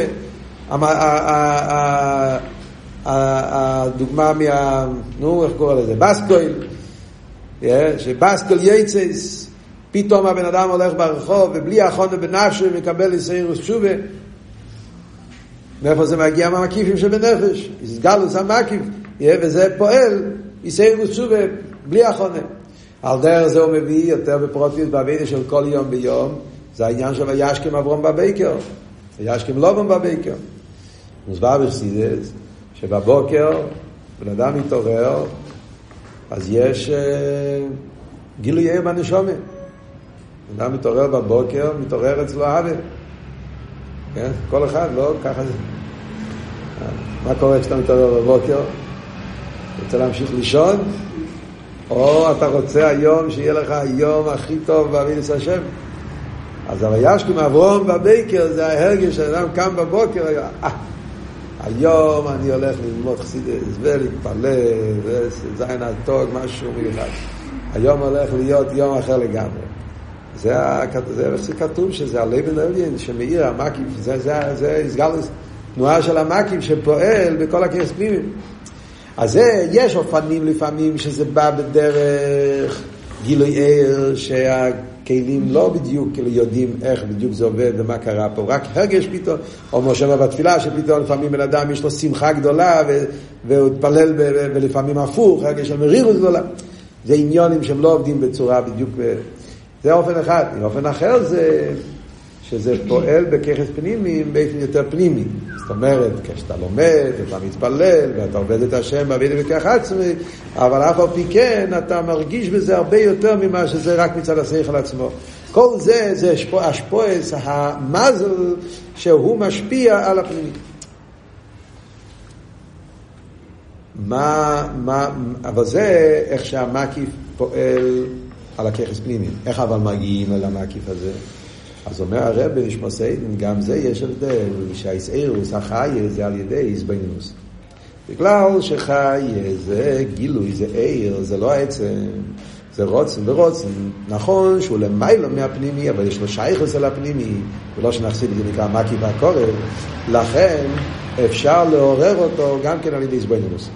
הדוגמה איך קורא לזה? בסקויל, שבסקויל יצס, פתאום הבן אדם הולך ברחוב, ובלי החונה בנפשו, מקבל איסורוס תשובה. מאיפה זה מגיע מהמקיפים שבנפש? הסגלוס המקיף, וזה פועל איסורוס תשובה, בלי החונה. על דרך זה הוא מביא יותר בפרוטיות בעבודה של כל יום ביום, זה העניין של וישכם אברהם בבוקר, וישכם לובן בבוקר. מוסבר בחסידות שבבוקר בן אדם מתעורר, אז יש גילוי עיר בנשמה. בן אדם מתעורר בבוקר, מתעורר אצלו אהבה. כן? כל אחד, לא? ככה זה. מה קורה כשאתה מתעורר בבוקר? רוצה להמשיך לישון? או אתה רוצה היום שיהיה לך היום הכי טוב בעבודת השם? אז וישכם אברהם בבוקר זה ההרגש שאדם קם בבוקר, היום אני הולך ללמוד חסידות ולהתפלל וזין הטוב, משהו מיוחד. היום הולך להיות יום אחר לגמרי. זה איך שכתוב שזה הלבן העליון שמאיר המקיף, זה הסגלוס תנועה של המקיף שפועל בכל הכיס פנימיים. אז זה, יש אופנים לפעמים שזה בא בדרך גילוי עיר שהכלים לא בדיוק יודעים איך בדיוק זה עובד ומה קרה פה, רק הרגש פתאום, או משה בתפילה שפתאום לפעמים בן אדם יש לו שמחה גדולה והוא התפלל ולפעמים הפוך, הרגש של מרירות גדולה. זה עניונים שהם לא עובדים בצורה בדיוק, זה אופן אחד. אופן אחר זה שזה פועל בכיחס פנימיים באופן יותר פנימי. זאת אומרת, כשאתה לומד ואתה מתפלל ואתה עובד את השם בעבודה בכך עצמי, אבל אף על פי כן אתה מרגיש בזה הרבה יותר ממה שזה רק מצד השכל עצמו. כל זה השפועס, המזל שהוא משפיע על הפנימי. אבל זה איך שהמקיף פועל על הכיחס פנימיים. איך אבל מגיעים אל המקיף הזה? אז אומר הרב נשמע סיידן, גם זה יש הבדל, שהאיסאירוס, החיה, זה על ידי איסבנינוס. בגלל שחיה זה גילוי, זה עיר, זה לא עצם, זה רוצן ורוצן. נכון שהוא למיילו מהפנימי, אבל יש לו שייכוס על הפנימי, ולא שנחסיד את זה נקרא מקיף והקורב, לכן אפשר לעורר אותו גם כן על ידי איסבנינוס.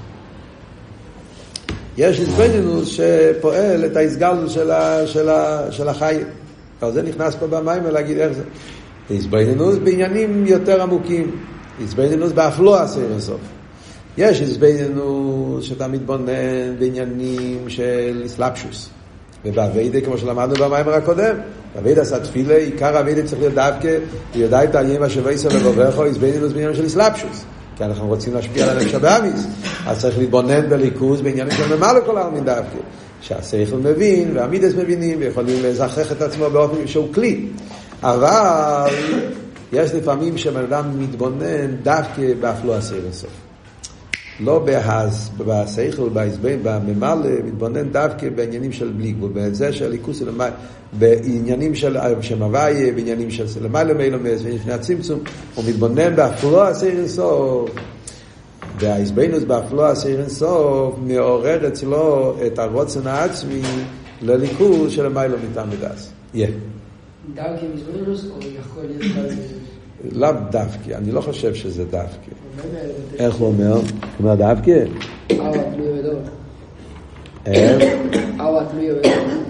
יש איסבנינוס שפועל את ההסגלות של החיה. אז זה נכנס פה במים ולהגיד איך זה. הסבינינוס בעניינים יותר עמוקים. הסבינינוס באפלו עשה לסוף. יש הסבינינוס שאתה מתבונן בעניינים של סלאפשוס. ובעבודה, כמו שלמדנו במיימר הקודם, בעבודה עשה תפילה, עיקר העבודה צריך להיות דווקא, ויודע את העניין השווה ישראל ובובכו, הסבינינוס בעניינים של סלאפשוס. כי אנחנו רוצים להשפיע על הנפש הבאמיס. אז צריך להתבונן בליכוז בעניינים של ממלא כל העלמין דווקא. שהשכל מבין והמידס מבינים ויכולים לזכח את עצמו באופן שהוא כלי. אבל יש לפעמים שבן אדם מתבונן דווקא באפלו עשה לסוף. לא בשכל, בהסבין, בממלא, מתבונן דווקא בעניינים של בלי גבול, בזה של ליכוס, בעניינים של שמווי, בעניינים של למעלה מילומס, ולפני הצמצום, הוא מתבונן באפלו עשה לסוף. והאיסבנינוס באפלו עשה סוף מעורר אצלו את הרוצן העצמי לליכוז של המיילו מטעם מדס. דווקא איסבנינוס או יכול להיות לאו דווקא, אני לא חושב שזה דווקא. איך הוא אומר? הוא אומר דווקא? אבא תלוי בדור. אבא תלוי בדור.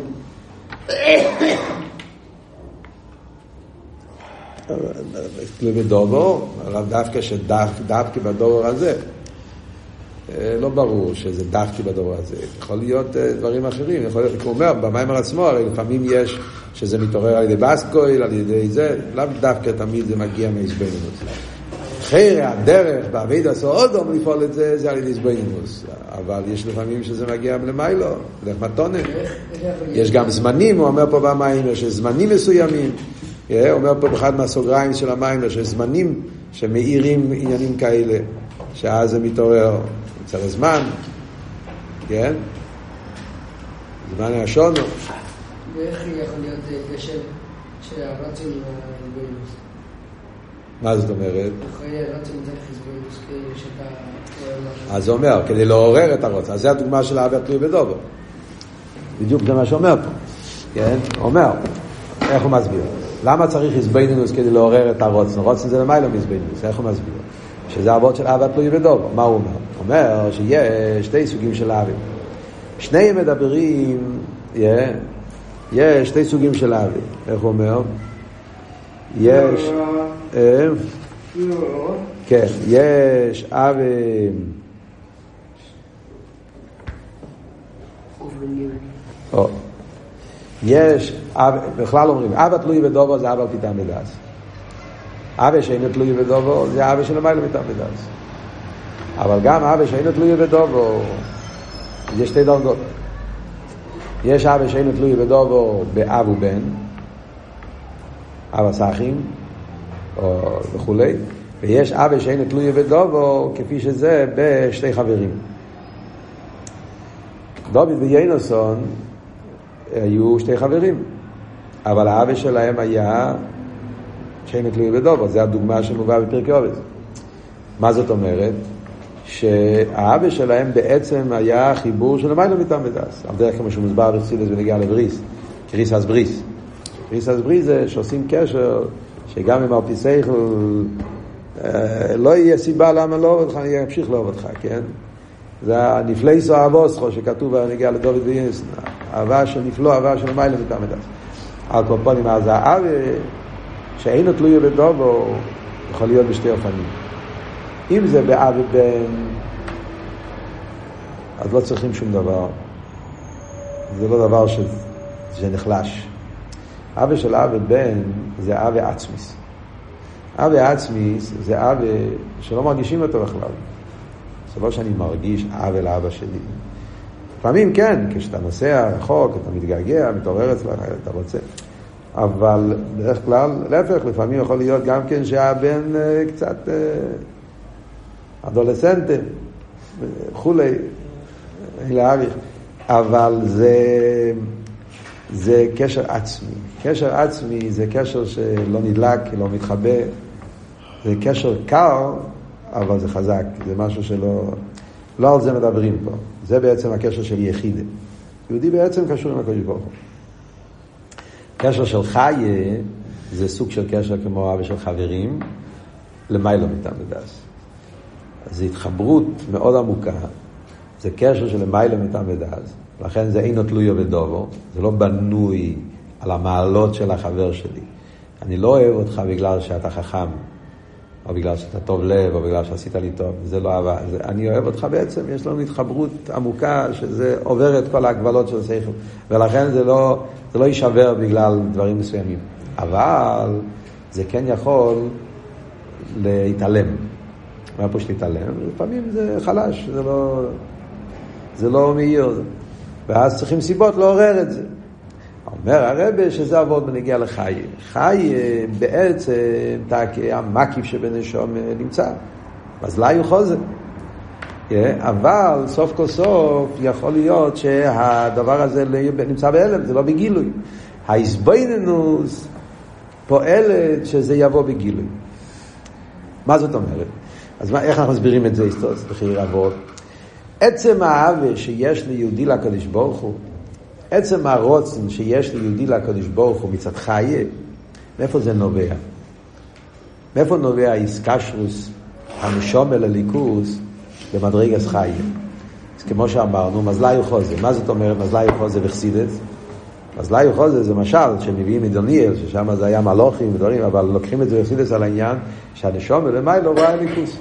תלוי בדובר, אבל דווקא שדווקא בדובר הזה. לא ברור שזה דווקא בדובר הזה. יכול להיות דברים אחרים. יכול להיות, כמו אומר, במיימר עצמו, הרי לפעמים יש שזה מתעורר על ידי בסקויל, על ידי זה, לאו דווקא תמיד זה מגיע מהסבנינוס. אחרי הדרך, בעבודה עשו עוד דום לפעול את זה, זה על ידי הסבנינוס. אבל יש לפעמים שזה מגיע למיילו, דרך מתונה. יש גם זמנים, הוא אומר פה במיימר, שיש זמנים מסוימים. הוא אומר פה באחד מהסוגריים של המים, שיש זמנים שמאירים עניינים כאלה, שאז זה מתעורר אצל הזמן, כן? זמן השונו. ואיך יכול להיות קשר שהרצון עם הסבנינוס? מה זאת אומרת? אחרי הרצון דרך הסבנינוס שאתה... אז הוא אומר, כדי לעורר את הרצון. אז זה הדוגמה של האהבה תלוי בדובר. בדיוק זה מה שאומר פה. כן? אומר. איך הוא מסביר? למה צריך הסבינינוס כדי לעורר את הרוצן? רוצן זה למיילא מסבינינוס. איך הוא מסביר? שזה אבות של אבא תלוי בדובו. מה הוא אומר? הוא אומר שיש שתי סוגים של אבים. שניהם מדברים, יש שתי סוגים של אבים. איך הוא אומר? יש כן, יש אבים יש בכלל אומרים אבא תלוי בדובו זה אבא על פיתם בדס, אבא שאינו תלוי בדובו זה אבא שלמעלה פיתם בדס. אבל גם אבא שאינו תלוי בדובו יש שתי דרגות. יש אבא שאינו תלוי בדובו באב ובן, אבא סחים או וכולי, ויש אבא שאינו תלוי בדובו כפי שזה בשתי חברים. דוד ויינוסון היו שתי חברים, אבל האבא שלהם היה שאינו תלוי בדובו. זה הדוגמה שמובאה בפרקי אובס. מה זאת אומרת? שהאבא שלהם בעצם היה חיבור של למעלה מטעם בדס, על דרך כמו שמוסבר בחסידות ונגיע לבריס, קריס אז בריס. קריס אז בריס זה שעושים קשר שגם אם על שכל לא יהיה סיבה למה לא עובד אותך, אני אמשיך לאהוב אותך, כן? זה הנפלאיסו אהבוסכו שכתוב בנגיע לדוד ויינוסון, אהבה של נפלא, אהבה של למעלה מטעם בדס. על כל פנים, אז האבא שאינו תלוי בדובו יכול להיות בשתי אופנים. אם זה באב ובן, אז לא צריכים שום דבר. זה לא דבר שנחלש. אבא של אב ובן זה אב עצמיס. אב עצמיס זה אב שלא מרגישים אותו בכלל. זה לא שאני מרגיש אב אל אבא שלי. לפעמים כן, כשאתה נוסע רחוק, אתה מתגעגע, מתעורר אצלך, אתה רוצה. אבל בדרך כלל, להפך, לפעמים יכול להיות גם כן שהבן קצת אדולסנטה, וכולי, אין להעריך. אבל זה קשר עצמי. קשר עצמי זה קשר שלא נדלק, לא מתחבא. זה קשר קר, אבל זה חזק. זה משהו לא על זה מדברים פה. זה בעצם הקשר של יחידה. יהודי בעצם קשור עם הקדוש ברוך הוא. קשר של חיה זה סוג של קשר כמו אבא של חברים, למיילו מטעם בדס. זו התחברות מאוד עמוקה, זה קשר של למיילו מטעם בדס, לכן זה אינו תלוי בדובו, זה לא בנוי על המעלות של החבר שלי. אני לא אוהב אותך בגלל שאתה חכם, או בגלל שאתה טוב לב, או בגלל שעשית לי טוב, זה לא אהבה. אני אוהב אותך בעצם, יש לנו התחברות עמוקה שזה עובר את כל ההגבלות של השכל, ולכן זה לא יישבר בגלל דברים מסוימים. אבל זה כן יכול להתעלם. מה פה שתתעלם? לפעמים זה חלש, זה לא מהיר. ואז צריכים סיבות לעורר את זה. אומר הרב שזה עבוד בנגיע לחי. חי בעצם המקיף שבנשום נמצא. אז לא יוכל זה. אבל סוף כל סוף יכול להיות שהדבר הזה נמצא באלם, זה לא בגילוי. ההסבינינוס פועלת שזה יבוא בגילוי. מה זאת אומרת? אז איך אנחנו מסבירים את זה? בחייר אבות. עצם האהבה שיש ליהודי לקדוש ברוך הוא, עצם הרוצן שיש ליהודי לקדוש ברוך הוא מצד חיה, מאיפה זה נובע? מאיפה נובע איסקשרוס הנשום אל הליכוס במדרגת חיה? אז כמו שאמרנו, מזלה יחוזה. מה זאת אומרת מזלה יחוזה וחסידס? מזלה יחוזה זה משל שמביאים מדוניאל, ששם זה היה מלוכים ודברים, אבל לוקחים את זה וחסידס על העניין שהנשום אל המיילו רואה הליכוס.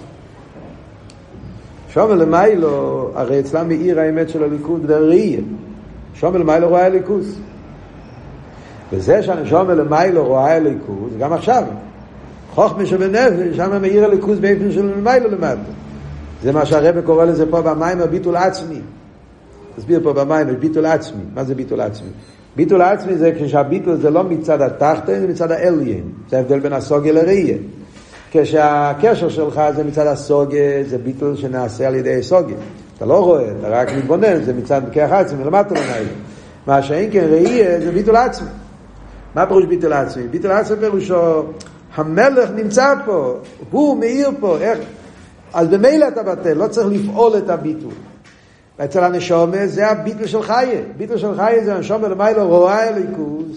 שום אל המיילו, הרי אצלם מאיר האמת של הליכוס בדרך ראייה. שום אל המיילו רואה הליכוס. וזה שהנשום אל המיילו רואה הליכוס, גם עכשיו. חוכמה שבנפש, שם מאיר הליכוס באופן של המיילו למטה. זה מה שהרב קורא לזה פה במים, הביטול עצמי. תסביר פה במים, ביטול עצמי. מה זה ביטול עצמי? ביטול עצמי זה כשהביטול זה לא מצד התחתן, זה מצד העליין. זה ההבדל בין הסוגיה לראייה. כשהקשר שלך זה מצד הסוגיה, זה ביטול שנעשה על ידי סוגיה. אתה לא רואה, אתה רק מתבונן, זה מצד כח עצמי, למטה למעלה. מה שאין כן ראייה זה ביטול עצמי. מה פירוש ביטול עצמי? ביטול עצמי פירושו, המלך נמצא פה, הוא מאיר פה, איך? אז במילא אתה בטל, לא צריך לפעול את הביטול. אצל הנשום זה הביטול של חיה. ביטול של חיה זה הנשום למעלה רואה הליכוז,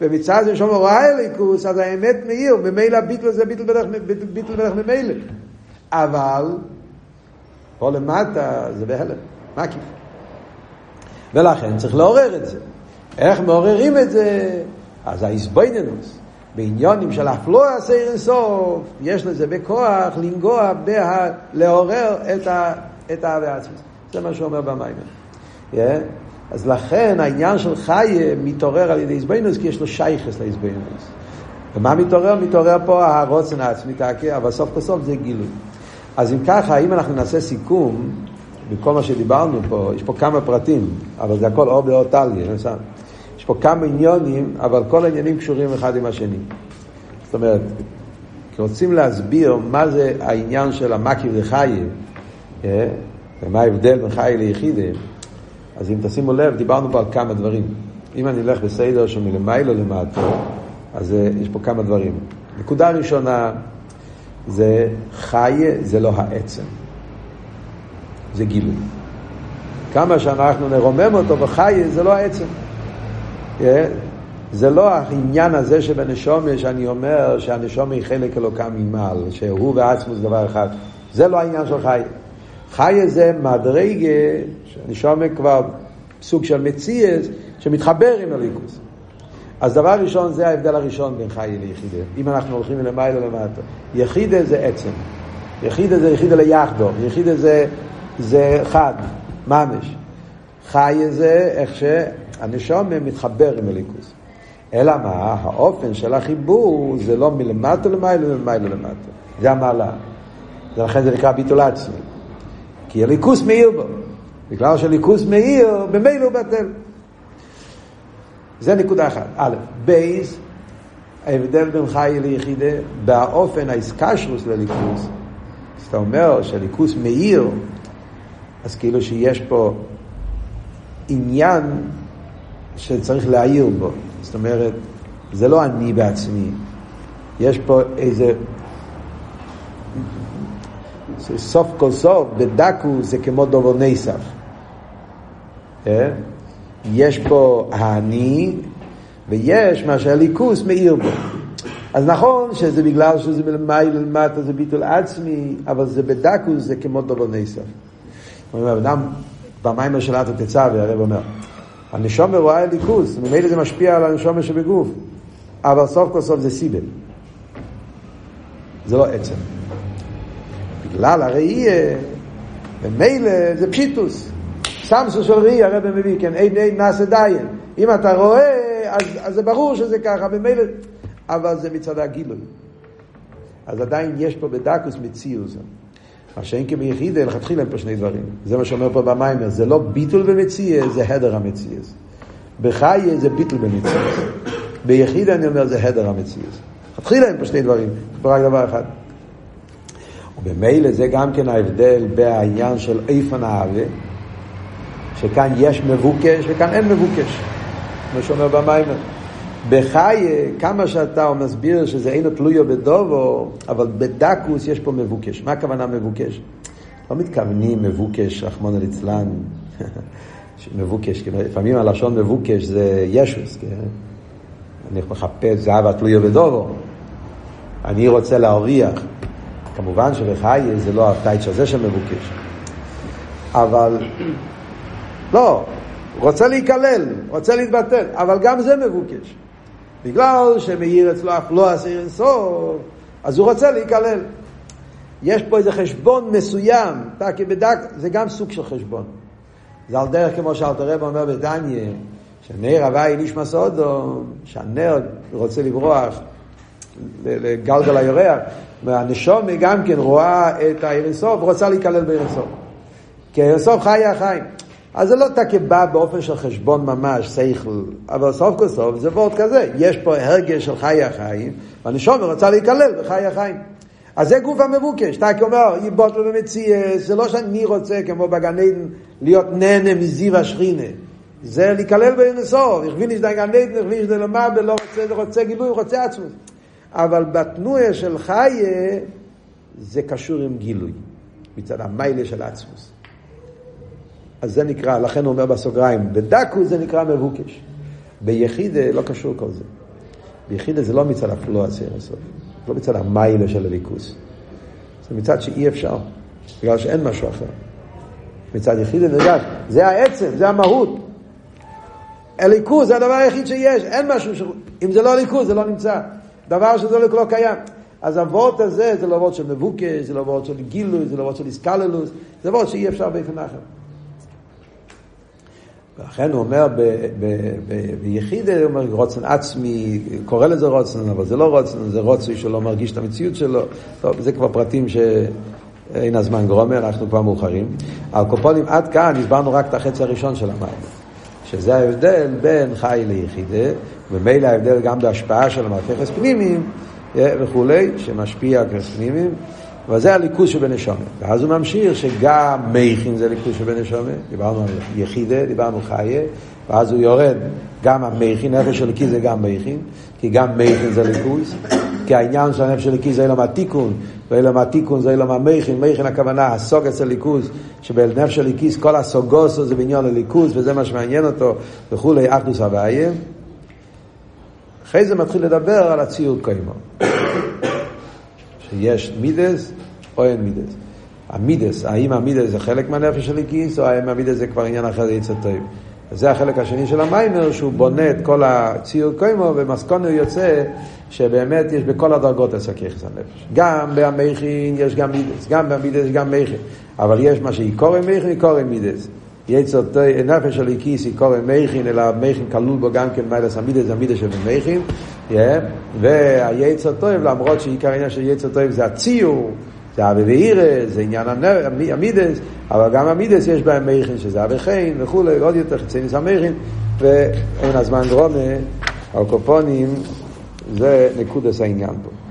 ומצד זה שום רואה אליקוס, אז האמת מאיר, ממילא ביטל זה ביטל בדרך ממילא. אבל פה למטה זה בהלם, מקיף. ולכן צריך לעורר את זה. איך מעוררים את זה? אז ההסבויננוס, בעניונים של אפלואה סעיר אינסוף, יש לזה בכוח לנגוע, לעורר את האהבה עצמית. זה מה שהוא אומר במיימר. אז לכן העניין של חי מתעורר על ידי הסבויננוס, כי יש לו שייכס להסבויננוס. ומה מתעורר? מתעורר פה הרוצן העצמי, אבל סוף כסוף זה גילוי. אז אם ככה, אם אנחנו נעשה סיכום, בכל מה שדיברנו פה, יש פה כמה פרטים, אבל זה הכל אור באור טליה, יש פה כמה עניונים, אבל כל העניינים קשורים אחד עם השני. זאת אומרת, רוצים להסביר מה זה העניין של המקיף לחי, ומה ההבדל בין חי ליחידה, אז אם תשימו לב, דיברנו פה על כמה דברים. אם אני אלך בסדר שמלמעלה למטה, אז יש פה כמה דברים. נקודה ראשונה, זה חי, זה לא העצם. זה גילוי. כמה שאנחנו נרומם אותו בחי, זה לא העצם. זה לא העניין הזה שבנשומש שאני אומר שהנשומש היא חלק אלוקה ממעל, שהוא ועצמו זה דבר אחד. זה לא העניין של חי. חי זה מדרגה, שהנשומש כבר סוג של מציאס, שמתחבר עם הליכוס. אז דבר ראשון, זה ההבדל הראשון בין חי ליחידה. אם אנחנו הולכים למעלה למטה. יחידה זה עצם. יחידה זה יחידה ליחדו. יחידה זה חד, ממש. חי זה איך שהנשום מתחבר עם הליכוס. אלא מה? האופן של החיבור זה לא מלמטה למעלה וממעלה למטה. זה המעלה. לכן זה נקרא ביטול עצמי. כי הליכוס מאיר בו. בגלל שהליכוס מאיר, במילא הוא בטל. זה נקודה אחת. א', בייס, ההבדל בין חי ליחידה, באופן ההסקשרוס לליכוס. אז אתה אומר שהליכוס מאיר, אז כאילו שיש פה עניין שצריך להעיר בו. זאת אומרת, זה לא אני בעצמי. יש פה איזה... סוף כל סוף, בדקו זה כמו דובר נסף. יש פה האני, ויש מה שהליכוס מאיר בו. אז נכון שזה בגלל שזה מלמעלה למטה, זה ביטול עצמי, אבל זה בדקו זה כמו דובר נסף. אדם במיימר של אתו תצווה, הרב אומר, הנשום רואה הליכוס, ממילא זה משפיע על הנשום שבגוף, אבל סוף כל סוף זה סיבל. זה לא עצם. בגלל הראייה, ממילא זה פשיטוס. סמסוס של ראייה, הרב מביא, כן, אין נעשה דיין. אם אתה רואה, אז זה ברור שזה ככה, ממילא, אבל זה מצד הגילוי. אז עדיין יש פה בדקוס מציאוס. מה שאין כביחידה, לכתחילה הם פה שני דברים. זה מה שאומר פה במיימר, זה לא ביטול במציאס, זה הדר המציאס. בחי זה ביטול במציאס. ביחידה אני אומר, זה הדר המציאס. לכתחילה הם פה שני דברים, פה רק דבר אחד. ובמילא זה גם כן ההבדל בעניין של איפן האהבה, שכאן יש מבוקש וכאן אין מבוקש. מה שאומר במיימר. בחי, כמה שאתה מסביר שזה אינו תלויו בדובו, אבל בדקוס יש פה מבוקש. מה הכוונה מבוקש? לא מתכוונים מבוקש, רחמנא ליצלן, מבוקש, לפעמים הלשון מבוקש זה ישוס, אני מחפש זהב התלויו בדובו, אני רוצה להוריח, כמובן שבחי זה לא הטייץ' הזה שמבוקש, אבל לא, רוצה להיכלל, רוצה להתבטל, אבל גם זה מבוקש. בגלל שמאיר אצלו אפלואה סעיר אינסוף, אז הוא רוצה להיכלל. יש פה איזה חשבון מסוים, זה גם סוג של חשבון. זה על דרך כמו שאלתר רב אומר בתניא, שנר הוואי נשמע סודו, שהנר רוצה לברוח לגלגל הירח, והנשום גם כן רואה את האינסוף, ורוצה להיכלל באינסוף. כי האינסוף חי החיים. אז זה לא תקבע באופן של חשבון ממש, שכל, אבל סוף כל סוף זה וורט כזה. יש פה הרגש של חי החיים, והנשום רוצה להיכלל בחי החיים. אז זה גוף המבוקש. אתה אומר, יבוט לו במציאה, זה לא שאני רוצה, כמו בגן עדן, להיות נהנה מזיו השכינה. זה להיכלל באינסוף. הכווין יש גן עדן, הכווין יש למעלה, לא רוצה גילוי, רוצה עצמות. אבל בתנועה של חי, זה קשור עם גילוי. מצד המיילה של עצמות. אז זה נקרא, לכן הוא אומר בסוגריים, בדקו זה נקרא מבוקש. ביחידה לא קשור כל זה. ביחידה זה לא מצד הפלוע הסוף, לא מצד המיילה של הליכוס, זה מצד שאי אפשר, בגלל שאין משהו אחר. מצד יחידה נרגש, זה העצם, זה המהות. הליכוס זה הדבר היחיד שיש, אין משהו, אם זה לא ליכוס זה לא נמצא, דבר שזה לא קיים. אז הוות הזה זה לא וות של מבוקש, זה לא וות של גילוי, זה לא וות של איסקללוס, זה וות שאי אפשר באופן אחר. ולכן הוא אומר ביחידה, הוא אומר רוצן עצמי, קורא לזה רוצן, אבל זה לא רוצן, זה רוצן שלא מרגיש את המציאות שלו. טוב, זה כבר פרטים שאין הזמן גרומר, אנחנו כבר מאוחרים. על קופונים עד כאן הסברנו רק את החצי הראשון של המים, שזה ההבדל בין חי ליחידה, ומילא ההבדל גם בהשפעה של המרכחס פנימיים וכולי, שמשפיע על כרס פנימיים, וזה הליכוז שבנשמה. ואז הוא ממשיך שגם מייכין זה ליכוז שבנשמה, דיברנו על יחידה, דיברנו חיה, ואז הוא יורד, גם המייכין, נפש של ליכוז זה גם מייכין, כי גם מייכין זה ליכוז, כי העניין של הנפש של ליכוז זה אילום התיקון, ואילום התיקון זה אילום המייכין, מייכין הכוונה, הסוג אצל ליכוז, שבנפש של ליכוז כל הסוגוסו זה בעניין הליכוז, וזה מה שמעניין אותו, וכולי, אחדוס הוויה. אחרי זה מתחיל לדבר על הציור קיימו. שיש מידס או אין מידס. המידס, האם המידס זה חלק מהנפש של ליכוז, או האם המידס זה כבר עניין אחר, זה יצא טוב. וזה החלק השני של המיימר, שהוא בונה את כל הציור קיימו, ומסקונו יוצא שבאמת יש בכל הדרגות הסכיחס הנפש. גם במייכין יש גם מידס, גם במידס יש גם מייכין. אבל יש מה שיקורא מייכין, יקורא מידס. יצא נפש של ליכוז יקורא מייכין, אלא מייכין כלול בו גם כן מידס המידס, המידס של מייכין. והיצא טוב, למרות שעיקר העניין של יצא טוב זה הציור, זה אבי ואירס, זה עניין המידס, אבל גם המידס יש בהם מייכין, שזה אבי חין וכולי, ועוד יותר חצי נסע מייכין, ואין הזמן גרומה, הקופונים, זה נקודס העניין פה.